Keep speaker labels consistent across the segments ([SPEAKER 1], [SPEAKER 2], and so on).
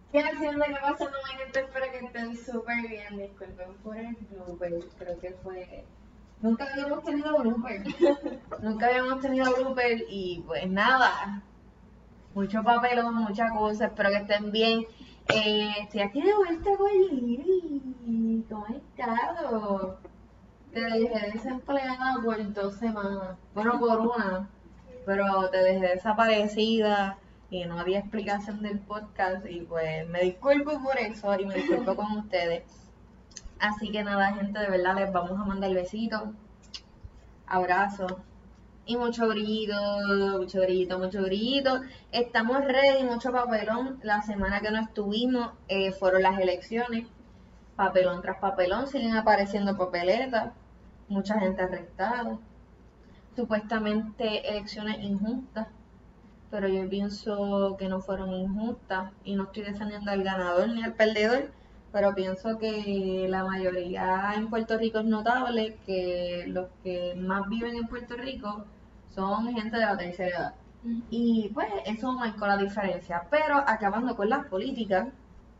[SPEAKER 1] ¿Qué haciendo? ¿Qué pasando, mi gente? Espero que estén súper bien. Disculpen por el blooper. Creo que fue. Nunca habíamos tenido blooper. Nunca habíamos tenido blooper y pues nada. Mucho papelón, mucha cosa. Espero que estén bien. Estoy aquí de vuelta con Lili. ¿Cómo has estado? Te dejé desempleada por 2 semanas. Bueno, por una. Pero te dejé desaparecida y no había explicación del podcast y pues me disculpo por eso y me disculpo con ustedes. Así que nada, gente, de verdad les vamos a mandar besitos, abrazos y mucho brillito, mucho brillito, mucho brillito. Estamos ready, mucho papelón. La semana que no estuvimos fueron las elecciones. Papelón tras papelón, siguen apareciendo papeletas, mucha gente arrestada, supuestamente elecciones injustas, pero yo pienso que no fueron injustas y no estoy defendiendo al ganador ni al perdedor, pero pienso que la mayoría en Puerto Rico es notable, que los que más viven en Puerto Rico son gente de la tercera edad. Y pues eso marcó la diferencia. Pero acabando con las políticas,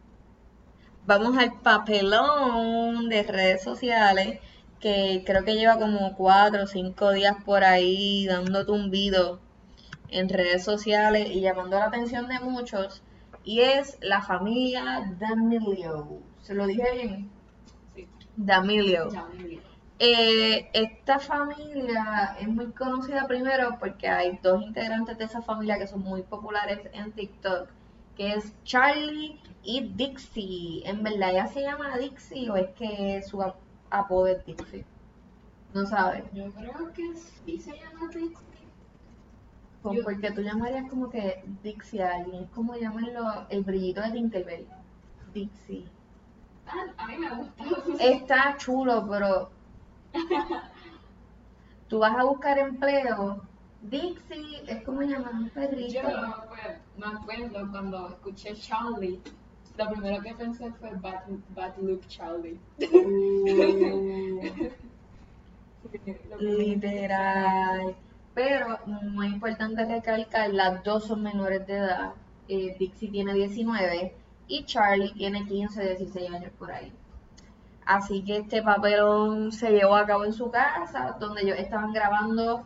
[SPEAKER 1] vamos al papelón de redes sociales, que creo que lleva como 4 o 5 días por ahí dando tumbido en redes sociales y llamando la atención de muchos, y es la familia D'Amelio. ¿Se lo dije bien?
[SPEAKER 2] Sí,
[SPEAKER 1] D'Amelio.
[SPEAKER 2] D'Amelio.
[SPEAKER 1] Esta familia es muy conocida primero porque hay dos integrantes de esa familia que son muy populares en TikTok, que es Charlie y Dixie. ¿En verdad ella se llama Dixie o es que su apodo es Dixie? No sabes.
[SPEAKER 2] Yo creo que sí se llama Dixie.
[SPEAKER 1] Porque tú llamarías como que Dixie a alguien, es como llamarlo el brillito de Tinkerbell. Dixie.
[SPEAKER 2] A mí me gusta.
[SPEAKER 1] Está chulo, pero tú vas a buscar empleo. Dixie es como llamar a un perrito.
[SPEAKER 2] Yo me acuerdo cuando escuché Charlie, lo primero que pensé fue Bad Luke Charlie.
[SPEAKER 1] Literal. Pero muy importante recalcar, las dos son menores de edad. Dixie tiene 19 y Charlie tiene 15, 16 años por ahí. Así que este papelón se llevó a cabo en su casa, donde ellos estaban grabando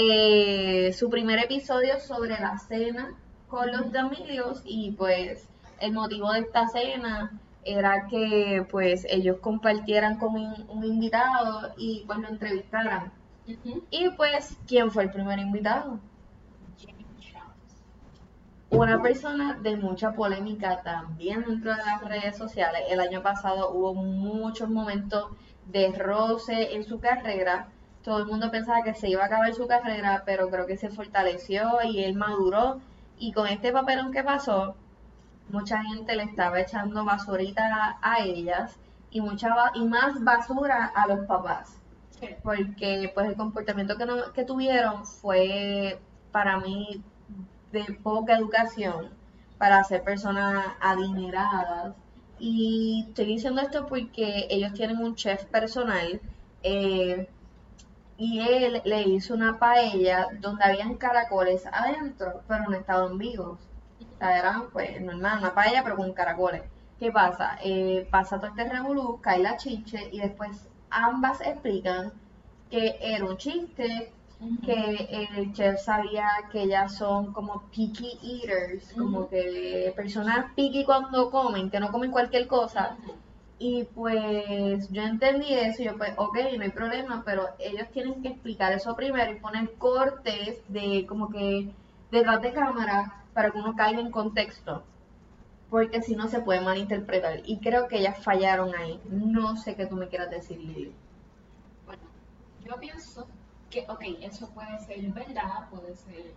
[SPEAKER 1] su primer episodio sobre la cena con los D'Amelios, y pues el motivo de esta cena era que pues ellos compartieran con un invitado y pues lo entrevistaran. Y pues, ¿quién fue el primer invitado?
[SPEAKER 2] Jamie Charles.
[SPEAKER 1] Una persona de mucha polémica también dentro de las redes sociales. El año pasado hubo muchos momentos de roce en su carrera. Todo el mundo pensaba que se iba a acabar su carrera, pero creo que se fortaleció y él maduró. Y con este papelón que pasó, mucha gente le estaba echando basurita a ellas y y más basura a los papás.
[SPEAKER 2] Sí.
[SPEAKER 1] Porque pues el comportamiento que tuvieron fue para mí de poca educación para ser personas adineradas. Y estoy diciendo esto porque ellos tienen un chef personal, eh, y él le hizo una paella donde habían caracoles adentro, pero no estaban vivos. O sea, eran pues normal, una paella pero con caracoles. ¿Qué pasa? Pasa todo este revolú, cae la chiche y después ambas explican que era un chiste, que el chef sabía que ellas son como picky eaters, como que personas picky cuando comen, que no comen cualquier cosa. Y pues yo entendí eso, y yo pues, ok, no hay problema, pero ellos tienen que explicar eso primero y poner cortes de como que detrás de cámara para que uno caiga en contexto, porque si no se puede malinterpretar. Y creo que ellas fallaron ahí. No sé qué tú me quieras decir, Lili.
[SPEAKER 2] Bueno, yo pienso que, ok, eso puede ser verdad, puede ser,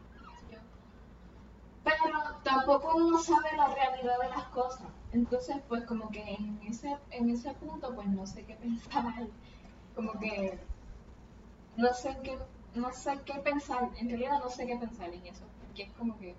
[SPEAKER 2] pero tampoco uno sabe la realidad de las cosas. Entonces, pues como que en ese punto, pues no sé qué pensar. Como que no sé qué, no sé qué pensar. En realidad no sé qué pensar en eso. Porque es como que,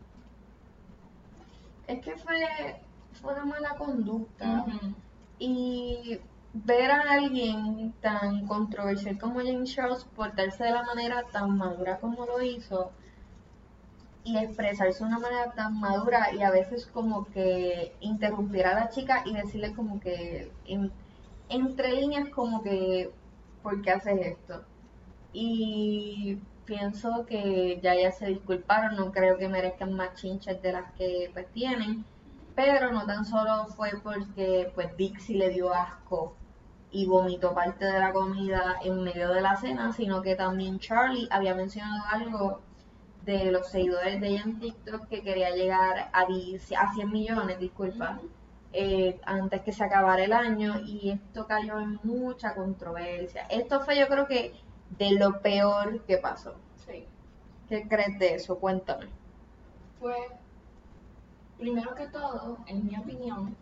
[SPEAKER 1] Es que fue una mala conducta.
[SPEAKER 2] ujú,
[SPEAKER 1] Y ver a alguien tan controversial como James Charles portarse de la manera tan madura como lo hizo, y expresarse de una manera tan madura y a veces como que interrumpir a la chica y decirle como que entre líneas como que ¿por qué haces esto? Y pienso que ya se disculparon, no creo que merezcan más chinches de las que pues tienen, pero no tan solo fue porque pues Dixie le dio asco y vomitó parte de la comida en medio de la cena, sino que también Charlie había mencionado algo de los seguidores de ella en TikTok que quería llegar a 100 millones, disculpa, antes que se acabara el año y esto cayó en mucha controversia. Esto fue yo creo que de lo peor que pasó.
[SPEAKER 2] Sí.
[SPEAKER 1] ¿Qué crees de eso? Cuéntame.
[SPEAKER 2] Pues, primero que todo, en mi opinión,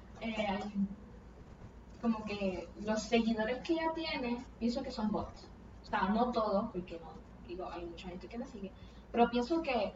[SPEAKER 2] como que los seguidores que ella tiene, pienso que son bots. O sea, no todos, porque no, digo, hay mucha gente que la sigue, pero pienso que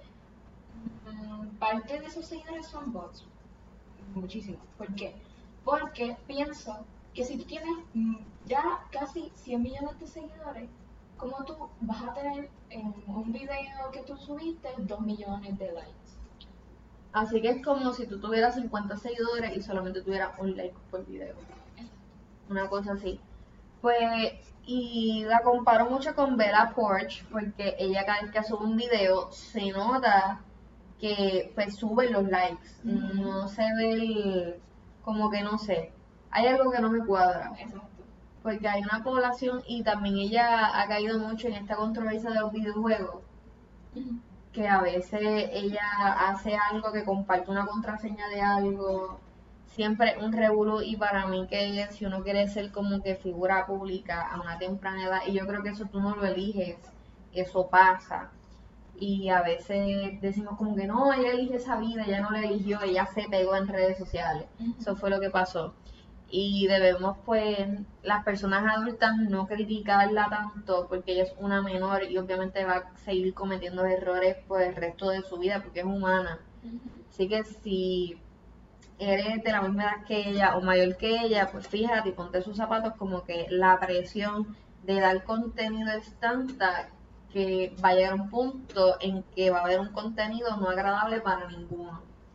[SPEAKER 2] parte de esos seguidores son bots. Muchísimo. ¿Por qué? Porque pienso que si tú tienes ya casi 100 millones de seguidores, ¿cómo tú vas a tener en un video que tú subiste 2 millones de likes?
[SPEAKER 1] Así que es como si tú tuvieras 50 seguidores y solamente tuvieras un like por video. Una cosa así. Pues, y la comparo mucho con Bella Poarch, porque ella cada vez que sube un video se nota que pues sube los likes. No se ve como que no sé. Hay algo que no me cuadra.
[SPEAKER 2] Exacto.
[SPEAKER 1] Porque hay una población y también ella ha caído mucho en esta controversia de los videojuegos. Que a veces ella hace algo, que comparte una contraseña de algo, siempre un revolú, y para mí que si uno quiere ser como que figura pública a una temprana edad, y yo creo que eso tú no lo eliges, eso pasa, y a veces decimos como que no, ella elige esa vida, ella no la eligió, ella se pegó en redes sociales, eso fue lo que pasó. Y debemos pues las personas adultas no criticarla tanto porque ella es una menor y obviamente va a seguir cometiendo errores por el resto de su vida porque es humana. Así que si eres de la misma edad que ella o mayor que ella, pues fíjate y ponte sus zapatos, como que la presión de dar contenido es tanta que va a llegar un punto en que va a haber un contenido no agradable para ninguno.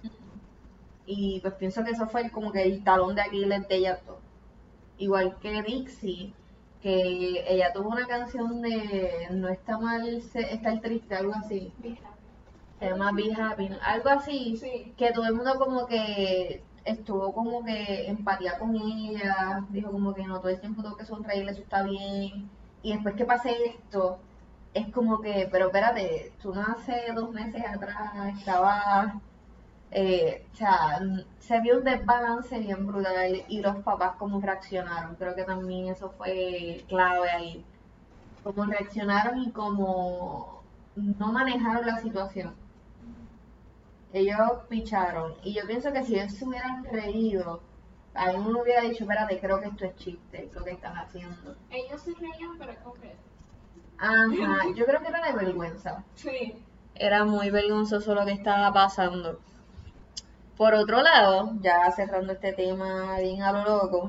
[SPEAKER 1] Y pues pienso que eso fue como que el talón de Aquiles de ella todo. Igual que Dixie, que ella tuvo una canción de No está mal estar triste, algo así. Se llama Be Happy, algo así,
[SPEAKER 2] Sí.
[SPEAKER 1] que todo el mundo como que estuvo como que empatía con ella, dijo como que no todo el tiempo tengo que sonreírle, eso está bien. Y después que pase esto, es como que, pero espérate, tú no hace 2 meses atrás estabas o sea, se vio un desbalance bien brutal y los papás cómo reaccionaron. Creo que también eso fue clave ahí. Cómo reaccionaron y cómo no manejaron la situación. Ellos picharon. Y yo pienso que si ellos se hubieran reído, a mí uno hubiera dicho, espérate, creo que esto es chiste, lo que están haciendo.
[SPEAKER 2] Ellos se reían, pero con que...
[SPEAKER 1] Ajá, yo creo que era de vergüenza.
[SPEAKER 2] Sí.
[SPEAKER 1] Era muy vergonzoso lo que estaba pasando. Por otro lado, ya cerrando este tema bien a lo loco,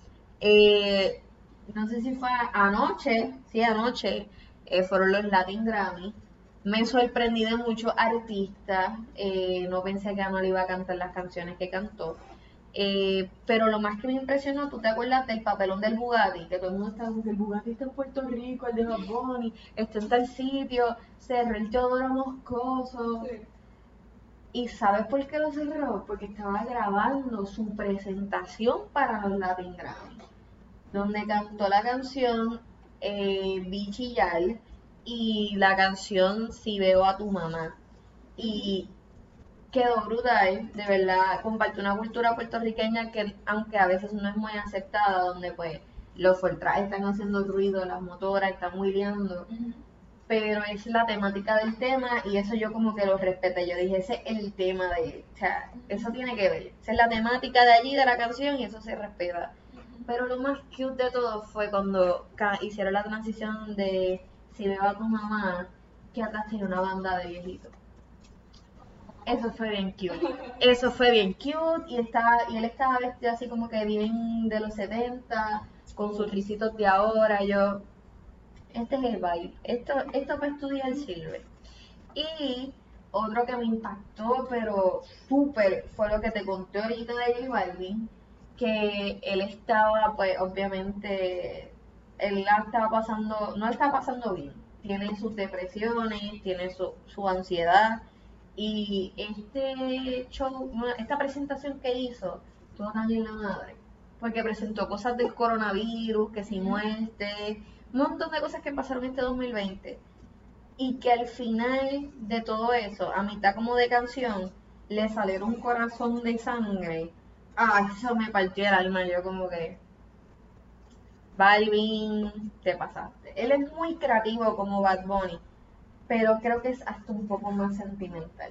[SPEAKER 1] no sé si fue anoche, sí, anoche, fueron los Latin Grammy. Me sorprendí de muchos artistas, no pensé que Anuel iba a cantar las canciones que cantó. Pero lo más que me impresionó, ¿tú te acuerdas del papelón del Bugatti? Que todo el mundo estaba como que el Bugatti está en Puerto Rico, el de Bad Bunny, está en tal sitio, cerró el Teodoro Moscoso.
[SPEAKER 2] Sí.
[SPEAKER 1] ¿Y sabes por qué lo cerró? Porque estaba grabando su presentación para los Latin Grammy, donde cantó la canción Bichillar y la canción Si veo a tu mamá. Y quedó brutal, de verdad, compartió una cultura puertorriqueña que, aunque a veces no es muy aceptada, donde pues los Fortras están haciendo ruido, las motoras están huileando, pero es la temática del tema y eso yo como que lo respeté. Yo dije, ese es el tema de, o sea, eso tiene que ver, esa es la temática de allí, de la canción, y eso se respeta. Pero lo más cute de todo fue cuando hicieron la transición de Si veo a tu mamá, que atrás tiene una banda de viejitos. Eso fue bien cute. Eso fue bien cute y él estaba vestido así como que bien de los 70, con sus risitos de ahora. Yo, este es el vibe. Esto para estudiar sirve. Y otro que me impactó, pero súper, fue lo que te conté ahorita de J Balvin, que él estaba, pues, obviamente, él la estaba pasando, no la estaba pasando bien. Tiene sus depresiones, tiene su ansiedad, y este show, esta presentación que hizo, estuvo tan en la madre, porque presentó cosas del coronavirus, que si muerte, un montón de cosas que pasaron este 2020 y que al final de todo eso, a mitad como de canción, le saliera un corazón de sangre. Ah, eso me partió el alma, yo como que, Balvin, te pasaste. Él es muy creativo como Bad Bunny, pero creo que es hasta un poco más sentimental.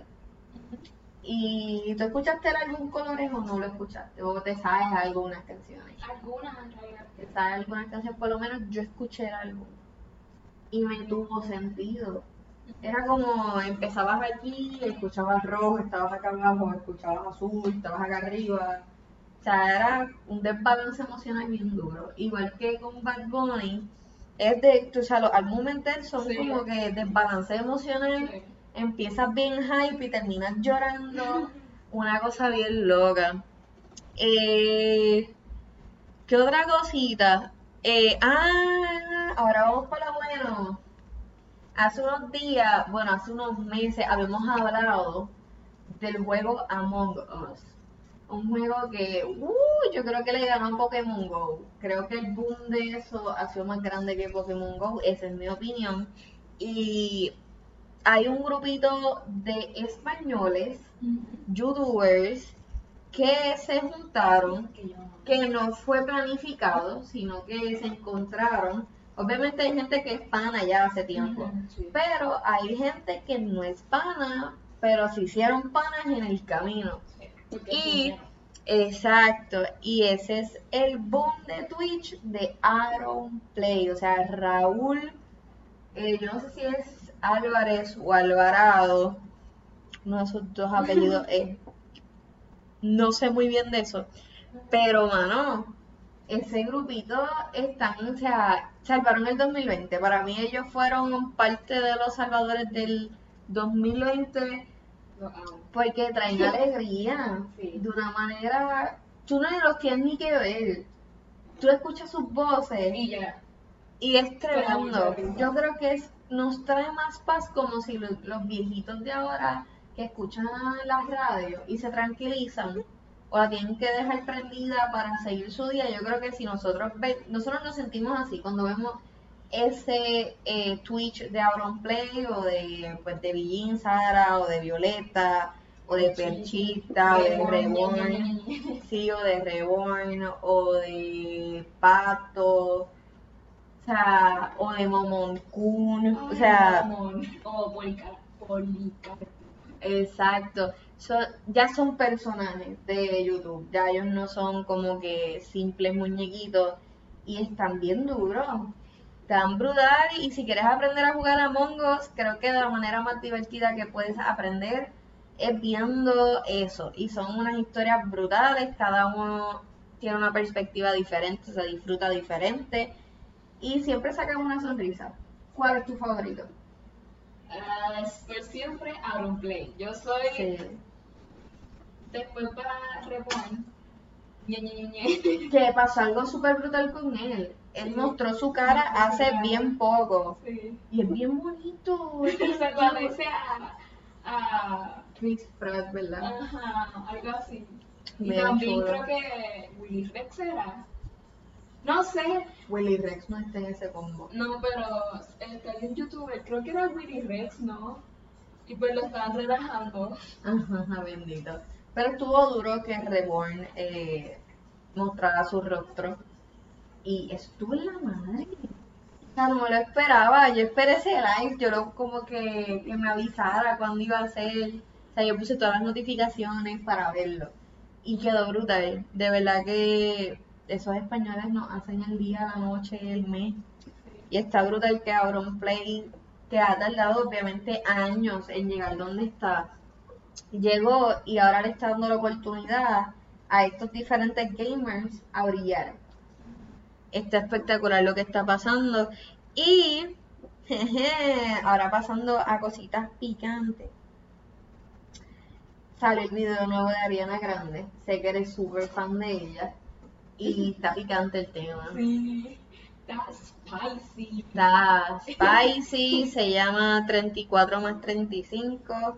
[SPEAKER 1] ¿Y tú escuchaste el álbum Colores o no lo escuchaste? ¿O te sabes algunas canciones?
[SPEAKER 2] Algunas en realidad.
[SPEAKER 1] ¿Te sabes algunas canciones? Por lo menos yo escuché el álbum y me tuvo sentido. Era como empezabas aquí, escuchabas rojo, estabas acá abajo, escuchabas azul, estabas acá arriba. O sea, era un desbalance emocional bien duro. Igual que con Bad Bunny, es de, o sea, los álbumes de él son
[SPEAKER 2] Sí.
[SPEAKER 1] como que desbalance emocional.
[SPEAKER 2] Sí.
[SPEAKER 1] Empiezas bien hype y terminas llorando. Una cosa bien loca. ¿Qué otra cosita? Ahora vamos para lo bueno. Hace unos días, bueno, hace unos meses habíamos hablado del juego Among Us. Un juego que, yo creo que le ganó a Pokémon Go. Creo que el boom de eso ha sido más grande que Pokémon Go, esa es mi opinión. Y hay un grupito de españoles, youtubers, que se juntaron, que no fue planificado, sino que se encontraron. Obviamente hay gente que es pana ya hace tiempo,
[SPEAKER 2] Sí.
[SPEAKER 1] pero hay gente que no es pana, pero se hicieron panas en el camino.
[SPEAKER 2] Sí, porque
[SPEAKER 1] Y,
[SPEAKER 2] funciona.
[SPEAKER 1] exacto, y ese es el boom de Twitch de Aaron Play, o sea, Raúl, yo no sé si es Álvarez o Alvarado, uno de esos dos apellidos es. No sé muy bien de eso, pero mano, ese grupito están, o sea, salvaron el 2020. Para mí ellos fueron parte de los salvadores del 2020
[SPEAKER 2] Lo amo.
[SPEAKER 1] porque traen alegría
[SPEAKER 2] Sí.
[SPEAKER 1] de una manera, tú no los tienes ni que ver. Tú escuchas sus voces
[SPEAKER 2] Y ya.
[SPEAKER 1] y es tremendo.
[SPEAKER 2] mucha risa.
[SPEAKER 1] Yo creo que nos trae más paz como si los viejitos de ahora que escuchan las radios y se tranquilizan o la tienen que dejar prendida para seguir su día. Yo creo que si nosotros nos sentimos así cuando vemos ese Twitch de Auronplay o de pues de Villín Sara o de Violeta o de Perchita o de Reborn, sí, o de Reborn o de Pato, o sea, o de Momoncún, o sea,
[SPEAKER 2] O Policar.
[SPEAKER 1] exacto. Ya son personajes de YouTube, ya ellos no son como que simples muñequitos y están bien duros, tan brutal. Y si quieres aprender a jugar a Among Us, creo que la manera más divertida que puedes aprender es viendo eso. Y son unas historias brutales, cada uno tiene una perspectiva diferente, se disfruta diferente y siempre sacan una sonrisa. ¿Cuál es tu favorito?
[SPEAKER 2] Por siempre Auronplay. Yo soy.
[SPEAKER 1] Sí.
[SPEAKER 2] Después para Reborn. Ñe.
[SPEAKER 1] Que pasó algo súper brutal con él. Él
[SPEAKER 2] Sí.
[SPEAKER 1] mostró su cara hace bien poco.
[SPEAKER 2] Sí.
[SPEAKER 1] Y es bien bonito.
[SPEAKER 2] Se parece a
[SPEAKER 1] Chris Pratt, ¿verdad?
[SPEAKER 2] Ajá, algo así. Y
[SPEAKER 1] Bien
[SPEAKER 2] también
[SPEAKER 1] chulo.
[SPEAKER 2] creo que Willy Rex era. No sé,
[SPEAKER 1] Willy Rex no está en ese combo.
[SPEAKER 2] no, pero hay un youtuber, creo que era Willy Rex, ¿no? Y pues lo estaban relajando.
[SPEAKER 1] Ajá, bendito. Pero estuvo duro que Reborn mostrara su rostro. Y estuvo en la madre. O sea, no me lo esperaba. Yo esperé ese live. Como que me avisara cuando iba a ser. O sea, yo puse todas las notificaciones para verlo. Y quedó brutal. De verdad que esos españoles nos hacen el día, la noche, el mes. Y está brutal que Auronplay, que ha tardado obviamente años en llegar donde está, llegó y ahora le está dando la oportunidad a estos diferentes gamers a brillar. Está espectacular lo que está pasando. Y ahora pasando a cositas picantes. sale el video nuevo de Ariana Grande. Sé que eres súper fan de ella. Y está picante el tema.
[SPEAKER 2] Sí, está spicy.
[SPEAKER 1] Está spicy, se llama 34 más 35.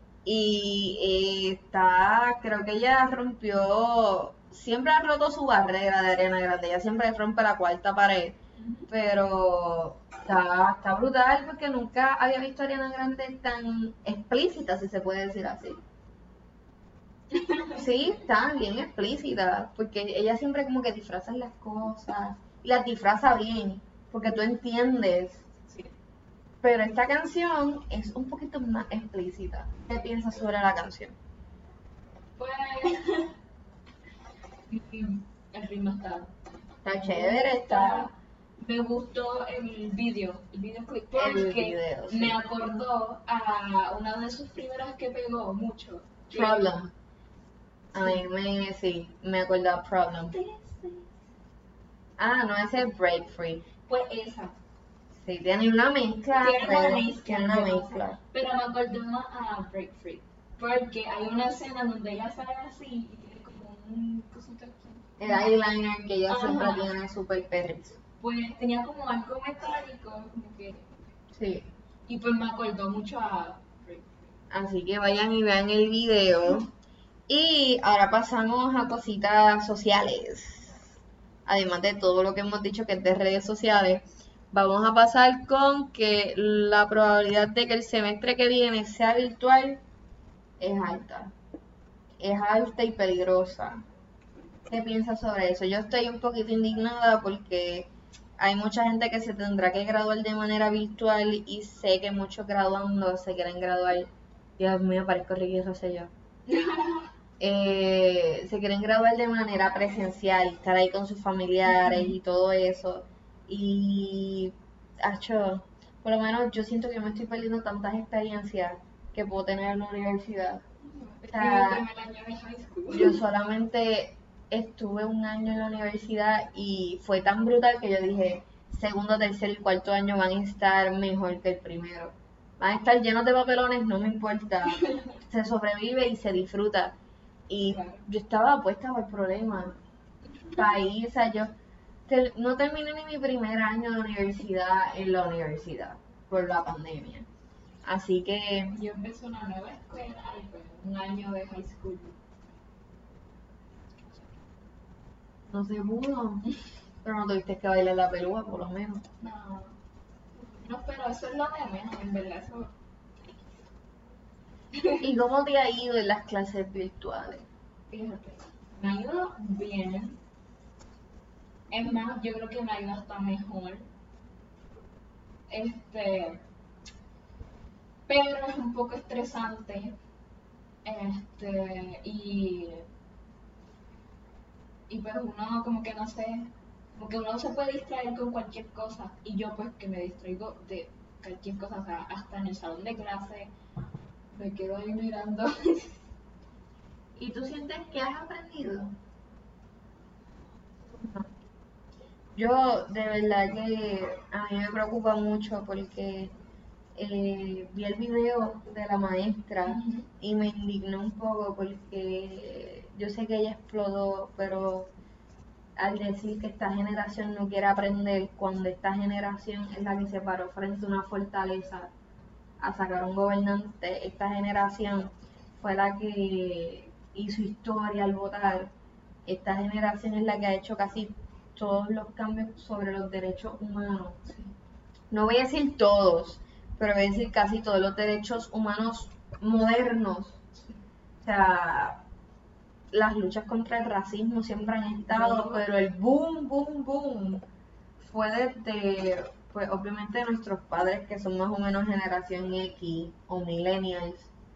[SPEAKER 1] Y creo que ella rompió, siempre ha roto su barrera de Ariana Grande. Ella siempre rompe la cuarta pared. Pero está brutal porque nunca había visto a Ariana Grande tan explícita, si se puede decir así. Sí, está bien explícita, porque ella siempre como que disfraza las cosas y las disfraza bien, porque tú entiendes.
[SPEAKER 2] Sí.
[SPEAKER 1] Pero esta canción es un poquito más explícita. ¿Qué piensas sobre la canción?
[SPEAKER 2] Pues el ritmo
[SPEAKER 1] Está chévere, está
[SPEAKER 2] me gustó el videoclip,
[SPEAKER 1] el
[SPEAKER 2] porque
[SPEAKER 1] video, sí.
[SPEAKER 2] me acordó a una de sus primeras que pegó mucho.
[SPEAKER 1] Problem. A mí sí, me acuerdo de Problem. Ah, no, ese es Break Free.
[SPEAKER 2] Pues esa.
[SPEAKER 1] Sí, tiene una mezcla.
[SPEAKER 2] Tiene una mezcla. Pero me acordó más a Break Free. Porque hay una escena donde ella sale así y tiene como un cosito aquí.
[SPEAKER 1] El eyeliner que ella siempre tiene super perrizo.
[SPEAKER 2] Pues tenía como algo metálico, como que.
[SPEAKER 1] Sí.
[SPEAKER 2] Y pues me acordó mucho a Break Free.
[SPEAKER 1] Así que vayan y vean el video. Y ahora pasamos a cositas sociales. Además de todo lo que hemos dicho que es de redes sociales, vamos a pasar con que la probabilidad de que el semestre que viene sea virtual es alta. Es alta y peligrosa. ¿Qué piensas sobre eso? Yo estoy un poquito indignada porque hay mucha gente que se tendrá que graduar de manera virtual y sé que muchos graduando se quieren graduar. Dios mío, parezco Ricky Rosselló. Se quieren graduar de manera presencial, estar ahí con sus familiares y todo eso. Y, por lo menos yo siento que me estoy perdiendo tantas experiencias que puedo tener en la universidad.
[SPEAKER 2] O sea,
[SPEAKER 1] yo solamente estuve un año en la universidad y fue tan brutal que yo dije, segundo, tercer y cuarto año van a estar mejor que el primero. Van a estar llenos de papelones, no me importa. Se sobrevive y se disfruta. Y yo estaba puesta por problemas. Ahí, o sea, yo no terminé ni mi primer año de universidad en la universidad por la pandemia. Así que
[SPEAKER 2] yo empecé una nueva escuela y pues un año de high school.
[SPEAKER 1] No se pudo. Pero no tuviste que bailar la pelúa, por lo menos.
[SPEAKER 2] No, pero eso es lo de menos, en verdad. Eso.
[SPEAKER 1] ¿Y cómo te ha ido en las clases virtuales?
[SPEAKER 2] Fíjate, me ha ido bien. Es más, yo creo que me ha ido hasta mejor. Pero es un poco estresante. Y pues uno como que no sé, como que uno se puede distraer con cualquier cosa y yo pues que me distraigo de cualquier cosa, o sea, hasta en el salón de clase me quedo ahí mirando.
[SPEAKER 1] ¿Y tú sientes que has aprendido? No. Yo de verdad que a mí me preocupa mucho porque vi el video de la maestra y me indigné un poco porque yo sé que ella explotó, pero al decir que esta generación no quiere aprender, cuando esta generación es la que se paró frente a una fortaleza a sacar un gobernante, esta generación fue la que hizo historia al votar, esta generación es la que ha hecho casi todos los cambios sobre los derechos humanos. No voy a decir todos, pero voy a decir casi todos los derechos humanos modernos. O sea, las luchas contra el racismo siempre han estado, pero el boom, boom, boom fue desde, pues obviamente nuestros padres que son más o menos generación X o millennials,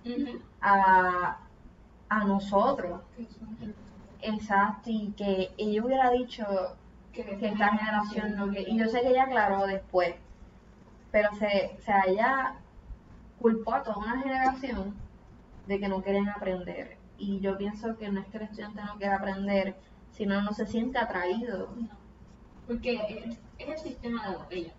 [SPEAKER 1] a nosotros. Exacto, y que ella hubiera dicho que esta generación no, y yo sé que ella aclaró después, pero ella culpó a toda una generación de que no querían aprender. Y yo pienso que no es que el estudiante no quiera aprender, sino no se siente atraído.
[SPEAKER 2] No, porque es el sistema de ella.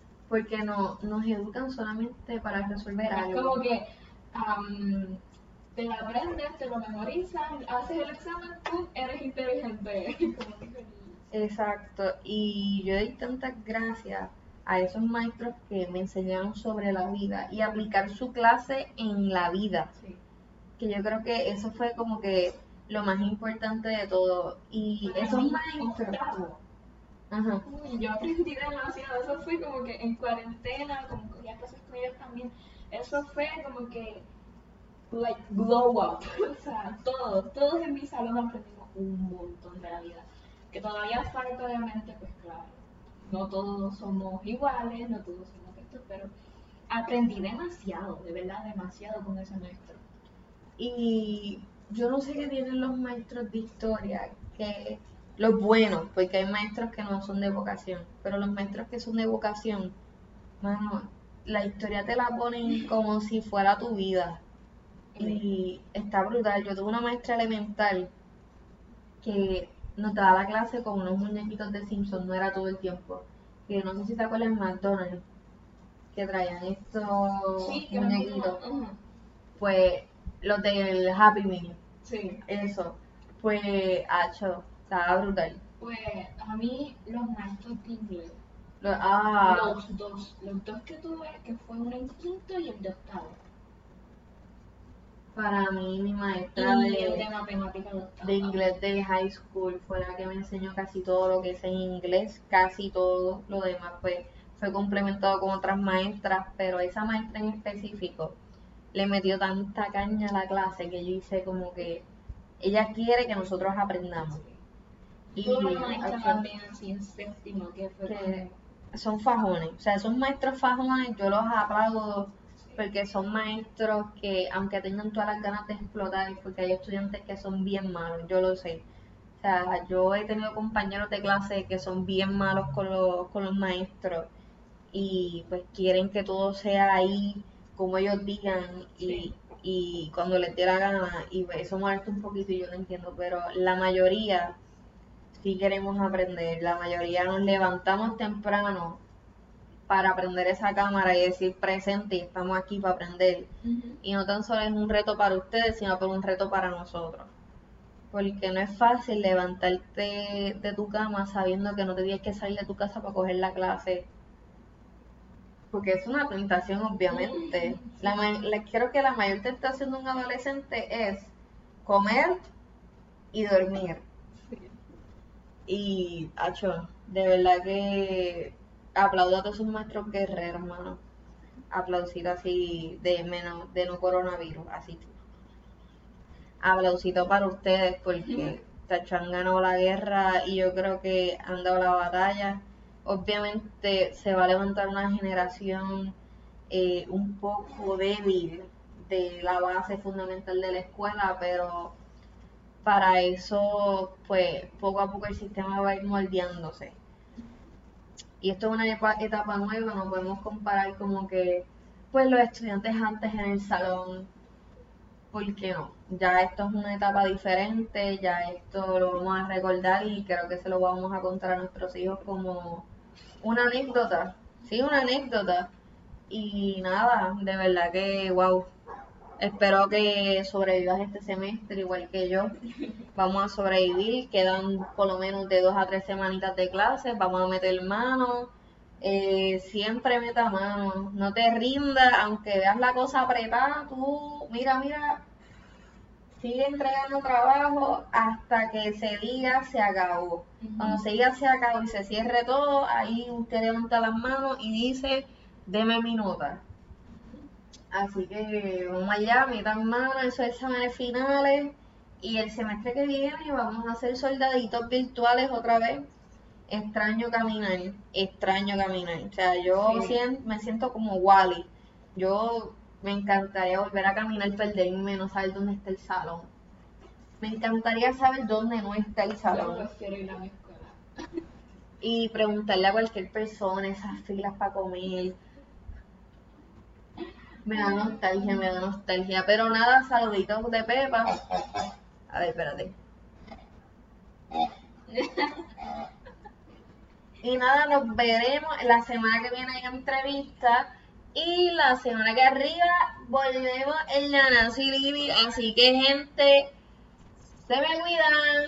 [SPEAKER 1] Porque nos educan solamente para resolver algo.
[SPEAKER 2] Es como que te lo aprendes, te lo memorizas, haces el examen, tú eres inteligente. Como que feliz.
[SPEAKER 1] Exacto, y yo doy tantas gracias a esos maestros que me enseñaron sobre la vida y aplicar su clase en la vida,
[SPEAKER 2] Sí.
[SPEAKER 1] que yo creo que eso fue como que lo más importante de todo. Y
[SPEAKER 2] Para
[SPEAKER 1] esos
[SPEAKER 2] mí,
[SPEAKER 1] maestros,
[SPEAKER 2] octavo.
[SPEAKER 1] ajá,
[SPEAKER 2] Uy, yo aprendí demasiado, eso fue como que en cuarentena, como que ya cosas con ellos también, eso fue como que, like, glow up, o sea, todos en mi salón aprendimos un montón de la vida, que todavía falta obviamente, pues claro, no todos somos iguales, no todos somos estos, pero aprendí demasiado, de verdad, demasiado con ese maestro.
[SPEAKER 1] y yo no sé qué tienen los maestros de historia, que los buenos, porque hay maestros que no son de vocación, pero los maestros que son de vocación, mano, la historia te la ponen como si fuera tu vida. Y está brutal. Yo tuve una maestra elemental que nos daba la clase con unos muñequitos de Simpson, no era todo el tiempo. Que no sé si te acuerdas en McDonald's, que traían estos
[SPEAKER 2] Sí, que eran como,
[SPEAKER 1] muñequitos.
[SPEAKER 2] ajá,
[SPEAKER 1] Pues los del Happy Meal,
[SPEAKER 2] sí.
[SPEAKER 1] eso. Pues, hacho, estaba brutal.
[SPEAKER 2] Pues a mí los maestros de inglés,
[SPEAKER 1] Ah,
[SPEAKER 2] los dos que tuve, que fue uno en quinto y el de octavo.
[SPEAKER 1] para mí mi maestra
[SPEAKER 2] Y el de matemáticas de octavo.
[SPEAKER 1] de inglés de high school fue la que me enseñó casi todo lo que es en inglés, casi todo lo demás pues fue complementado con otras maestras, pero esa maestra en específico le metió tanta caña a la clase que yo hice como que ella quiere que nosotros aprendamos. Y
[SPEAKER 2] Tuve una maestra
[SPEAKER 1] acho,
[SPEAKER 2] también así en séptimo, que fue
[SPEAKER 1] que
[SPEAKER 2] como,
[SPEAKER 1] son fajones, o sea, esos maestros fajones yo los aplaudo porque son maestros que aunque tengan todas las ganas de explotar, porque hay estudiantes que son bien malos, yo lo sé. O sea, yo he tenido compañeros de clase que son bien malos con los maestros y pues quieren que todo sea ahí como ellos digan
[SPEAKER 2] sí.
[SPEAKER 1] y cuando les dé la gana y pues, eso molesta un poquito y yo lo entiendo, pero la mayoría sí queremos aprender, la mayoría nos levantamos temprano para aprender esa cámara y decir presente y estamos aquí para aprender.
[SPEAKER 2] Ujú.
[SPEAKER 1] Y no tan solo es un reto para ustedes, sino que es un reto para nosotros. Porque no es fácil levantarte de tu cama sabiendo que no te tienes que salir de tu casa para coger la clase. Porque es una tentación, obviamente. Creo que la mayor tentación de un adolescente es comer y dormir.
[SPEAKER 2] Sí.
[SPEAKER 1] Y, acho, de verdad que aplaudo a todos sus maestros guerreros, hermano. Aplausito así de menos, de no coronavirus, así. Aplausito para ustedes porque tacho, han ganado la guerra y yo creo que han dado la batalla. Obviamente se va a levantar una generación un poco débil de la base fundamental de la escuela, pero para eso, pues poco a poco el sistema va a ir moldeándose. Y esto es una etapa nueva, no podemos comparar como que, pues los estudiantes antes en el salón, ¿por qué no? Ya esto es una etapa diferente, ya esto lo vamos a recordar y creo que se lo vamos a contar a nuestros hijos como una anécdota, sí, una anécdota. Y nada, de verdad que, wow, espero que sobrevivas este semestre igual que yo. Vamos a sobrevivir, quedan por lo menos de 2 a 3 semanitas de clases, vamos a meter mano, siempre meta mano, no te rindas, aunque veas la cosa apretada, tú, mira, sigue entregando trabajo hasta que se diga se acabó. Cuando se diga se acabó y se cierre todo, ahí usted levanta las manos y dice, deme mi nota. Así que vamos allá, metan mano, esos exámenes finales. Y el semestre que viene vamos a hacer soldaditos virtuales otra vez. Extraño caminar, extraño caminar. O sea, yo
[SPEAKER 2] Sí.
[SPEAKER 1] me siento como Wally. Yo me encantaría volver a caminar, perderme, no saber dónde está el salón. Me encantaría saber dónde no está el
[SPEAKER 2] Yo
[SPEAKER 1] salón
[SPEAKER 2] prefiero ir a mi escuela.
[SPEAKER 1] y preguntarle a cualquier persona esas filas para comer. Me da nostalgia. Pero nada, saluditos de Pepa. A ver, espérate. Y nada, nos veremos la semana que viene en entrevista. Y la semana que arriba volvemos en la Nancy Lili, así que gente, se me cuidan.